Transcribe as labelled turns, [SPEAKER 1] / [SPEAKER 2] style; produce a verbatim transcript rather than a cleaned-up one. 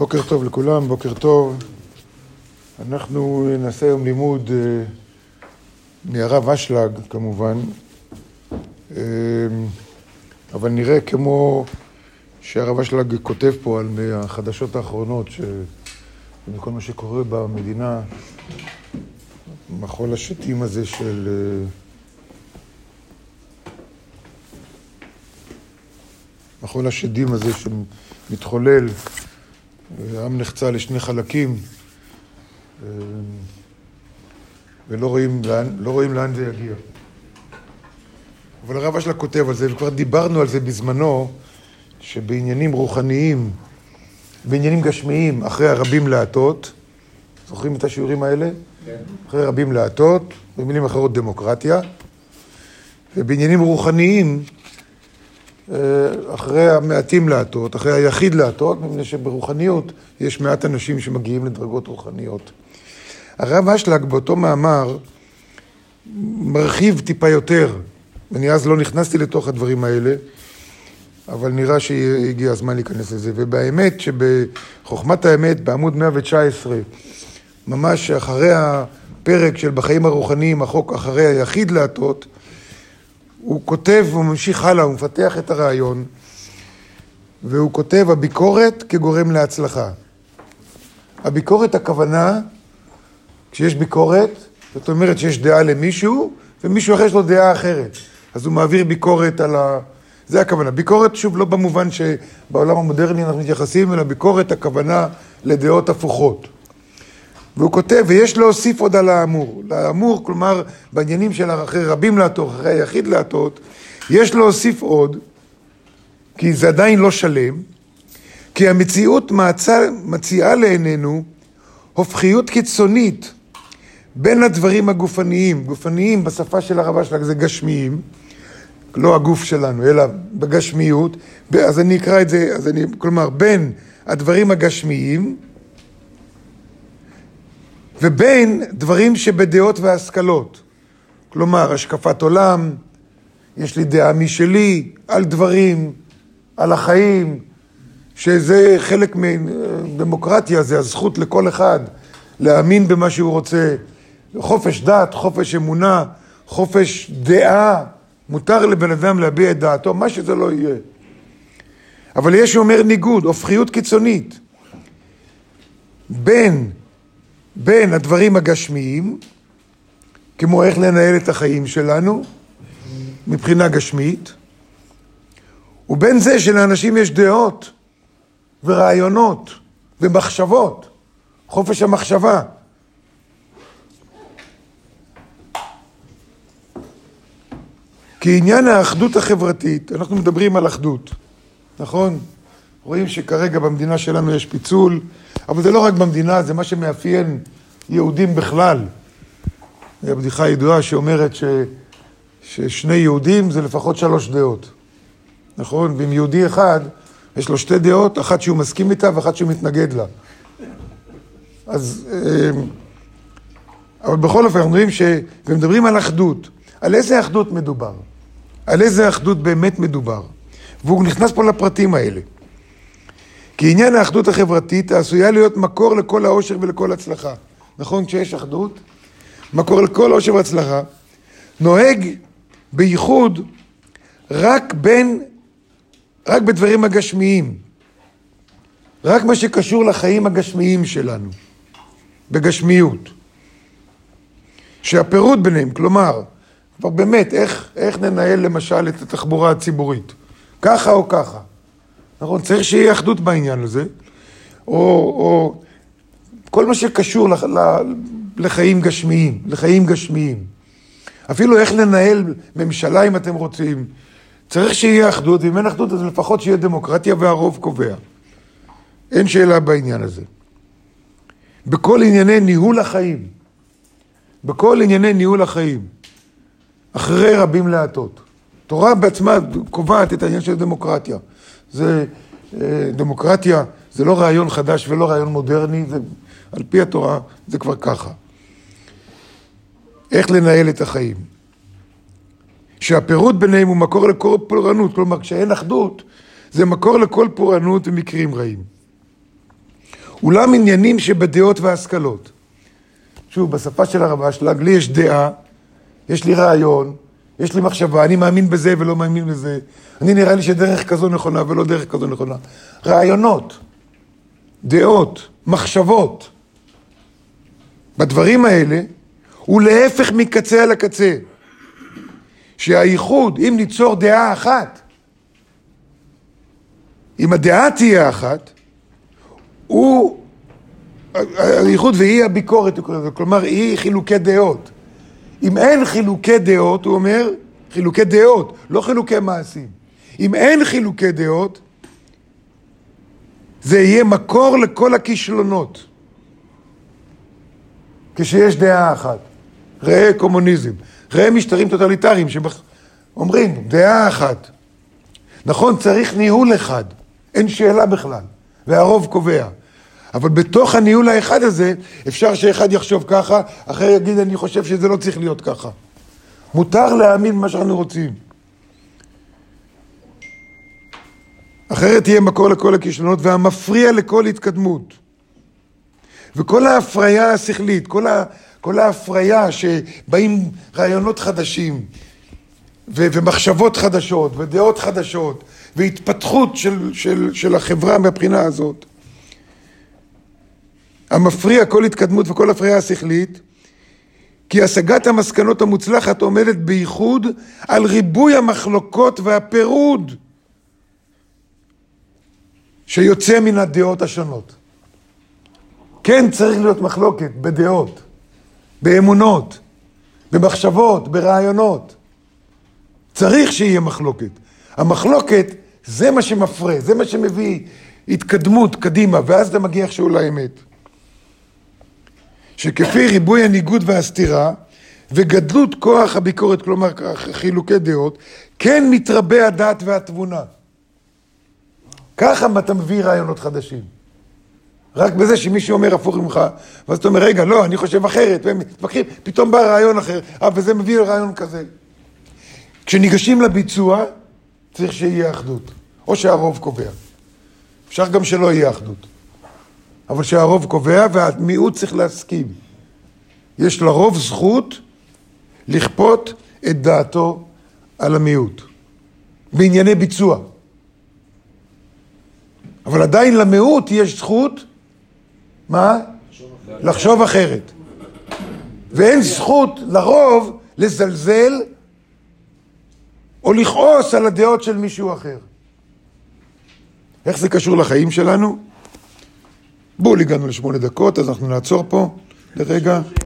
[SPEAKER 1] בוקר טוב לכולם, בוקר טוב. אנחנו נעשה היום לימוד אה, מהרב אשלג כמובן, אה, אבל נראה כמו שהרב אשלג כותב פה על החדשות האחרונות, שמכל מה שקורה במדינה, מחול השתים הזה של... אה, מחול השדים הזה שמתחולל, העם נחצה לשני חלקים, ולא רואים לאן, לא רואים לאן זה יגיע. אבל הרב אשלג כותב על זה, וכבר דיברנו על זה בזמנו, שבעניינים רוחניים, בעניינים גשמיים, אחרי הרבים להטות, זוכרים את השיעורים האלה? כן. אחרי רבים להטות, במילים אחרות דמוקרטיה, ובעניינים רוחניים, אחרי המעטים להטות, אחרי היחיד להטות, מפני שברוחניות יש מעט אנשים שמגיעים לדרגות רוחניות. הרב אשלג באותו מאמר מרחיב טיפה יותר, ואני אז לא נכנסתי לתוך הדברים האלה, אבל נראה שהגיע הזמן להיכנס לזה. ובאמת שבחוכמת האמת, בעמוד מאה תשע עשרה, ממש אחרי הפרק של בחיים הרוחניים, החוק אחרי היחיד להטות, הוא כותב, הוא ממשיך הלאה, הוא מפתח את הרעיון, והוא כותב, הביקורת כגורם להצלחה. הביקורת הכוונה, כשיש ביקורת, זאת אומרת שיש דעה למישהו, ומישהו אחר יש לו דעה אחרת. אז הוא מעביר ביקורת על ה... זה הכוונה. ביקורת, שוב, לא במובן שבעולם המודרני אנחנו מתייחסים, אלא ביקורת הכוונה לדעות הפוכות. והוא כותב, ויש להוסיף עוד על האמור. לאמור, כלומר, בעניינים של אחרי רבים להטות, אחרי היחיד להטות, יש להוסיף עוד, כי זה עדיין לא שלם, כי המציאות מצא, מציעה לעינינו הופכיות קיצונית בין הדברים הגופניים, גופניים בשפה של הרב אשלג זה גשמיים, לא הגוף שלנו, אלא בגשמיות, אז אני אקרא את זה, אז אני, כלומר, בין הדברים הגשמיים, ובין דברים שבדעות והשכלות. כלומר, השקפת עולם, יש לי דעה משלי, על דברים, על החיים, שזה חלק מדמוקרטיה, זה הזכות לכל אחד להאמין במה שהוא רוצה. חופש דת, חופש אמונה, חופש דעה, מותר לבן אדם להביע את דעתו, מה שזה לא יהיה. אבל יש שאומר ניגוד, הופכיות קיצונית, בין... בין הדברים הגשמיים, כמו איך לנהל את החיים שלנו, מבחינה גשמית, ובין זה שלאנשים יש דעות ורעיונות ומחשבות, חופש המחשבה. כי עניין האחדות החברתית, אנחנו מדברים על אחדות, נכון? רואים שכרגע במדינה שלנו יש פיצול, אבל זה לא רק במדינה, זה מה שמאפיין יהודים בכלל. זו בדיחה ידועה שאומרת ש... ששני יהודים זה לפחות שלוש דעות. נכון? ואם יהודי אחד, יש לו שתי דעות, אחת שהוא מסכים איתה ואחת שהוא מתנגד לה. אז... אבל בכל אופן, אנחנו רואים ש... ומדברים על אחדות. על איזה אחדות מדובר? על איזה אחדות באמת מדובר? והוא נכנס פה לפרטים האלה. כי עניין האחדות החברתית עשויה להיות מקור לכל האושר ולכל הצלחה. נכון? כשיש אחדות, מקור לכל האושר והצלחה, נוהג בייחוד רק בין, רק בדברים הגשמיים. רק מה שקשור לחיים הגשמיים שלנו. בגשמיות. שהפירוט ביניהם, כלומר, כבר באמת, איך, איך ננהל למשל את התחבורה הציבורית? ככה או ככה? נכון, צריך שיהיה אחדות בעניין הזה, או, או כל מה שקשור לח, לחיים גשמיים, לחיים גשמיים. אפילו איך לנהל ממשלה אם אתם רוצים, צריך שיהיה אחדות, ואם אין אחדות אז לפחות שיהיה דמוקרטיה והרוב קובע. אין שאלה בעניין הזה. בכל ענייני ניהול החיים, בכל ענייני ניהול החיים, אחרי רבים להטות. תורה בעצמה קובעת את העניין של דמוקרטיה. זה דמוקרטיה, זה לא רעיון חדש ולא רעיון מודרני, זה, על פי התורה זה כבר ככה. איך לנהל את החיים. שהפירוט ביניהם הוא מקור לכל פורענות, כלומר כשאין אחדות, זה מקור לכל פורענות ומקרים רעים. אולם עניינים שבדעות והשכלות. שוב, בשפה של הרב אשלג, לי יש דעה, יש לי רעיון, יש לי מחשבה, אני מאמין בזה ולא מאמין בזה. אני נראה לי שדרך כזו נכונה ולא דרך כזו נכונה. רעיונות, דעות, מחשבות. בדברים האלה, הוא להפך מקצה על הקצה. שהייחוד, אם ניצור דעה אחת, אם הדעה תהיה אחת, הוא, הייחוד והיא הביקורת, כלומר, היא חילוקי דעות. אם אין חילוקי דעות, הוא אומר, חילוקי דעות, לא חילוקי מעשים. אם אין חילוקי דעות, זה יהיה מקור לכל הכישלונות. כשיש דעה אחת. ראה קומוניזם. ראה משטרים טוטליטריים שאומרים, דעה אחת. נכון, צריך ניהול אחד. אין שאלה בכלל. והרוב קובע. אבל בתוך הניהול האחד הזה, אפשר שאחד יחשוב ככה, אחר יגיד, אני חושב שזה לא צריך להיות ככה. מותר להאמין מה שאנחנו רוצים. אחרת תהיה מקור לכל הכישלונות, והמפריע לכל התקדמות. וכל ההפריה השכלית, כל, ה, כל ההפריה שבאים רעיונות חדשים, ו, ומחשבות חדשות, ודעות חדשות, והתפתחות של, של, של החברה מהבחינה הזאת, המפריע כל התקדמות וכל הפריה השכלית, כי השגת המסקנות המוצלחת עומדת בייחוד על ריבוי המחלוקות והפירוד שיוצא מן הדעות השונות. כן צריך להיות מחלוקת בדעות, באמונות, במחשבות, ברעיונות. צריך שיהיה מחלוקת. המחלוקת זה מה שמפרה, זה מה שמביא התקדמות קדימה, ואז אתה מגיע איכשהו לאמת. שכפי ריבוי הניגוד והסתירה, וגדלות כוח הביקורת, כלומר חילוקי דעות, כן מתרבה הדעת והתבונה. ככה אתה מביא רעיונות חדשים. רק בזה שמישהו אומר הפוך ממך, ואז אתה אומר, רגע, לא, אני חושב אחרת, והם מתווכחים, פתאום בא רעיון אחר, אה, וזה מביא רעיון כזה. כשניגשים לביצוע, צריך שיהיה אחדות, או שהרוב קובע. אפשר גם שלא יהיה אחדות. אבל שהרוב קובע והמיעוט צריך להסכים. יש לרוב זכות לכפות את דעתו על המיעוט. בענייני ביצוע. אבל עדיין למיעוט יש זכות, מה? לחשוב אחרת. ואין זכות לרוב לזלזל או לכעוס על הדעות של מישהו אחר. איך זה קשור לחיים שלנו? בואו, הגענו לשמונה דקות, אז אנחנו נעצור פה לרגע.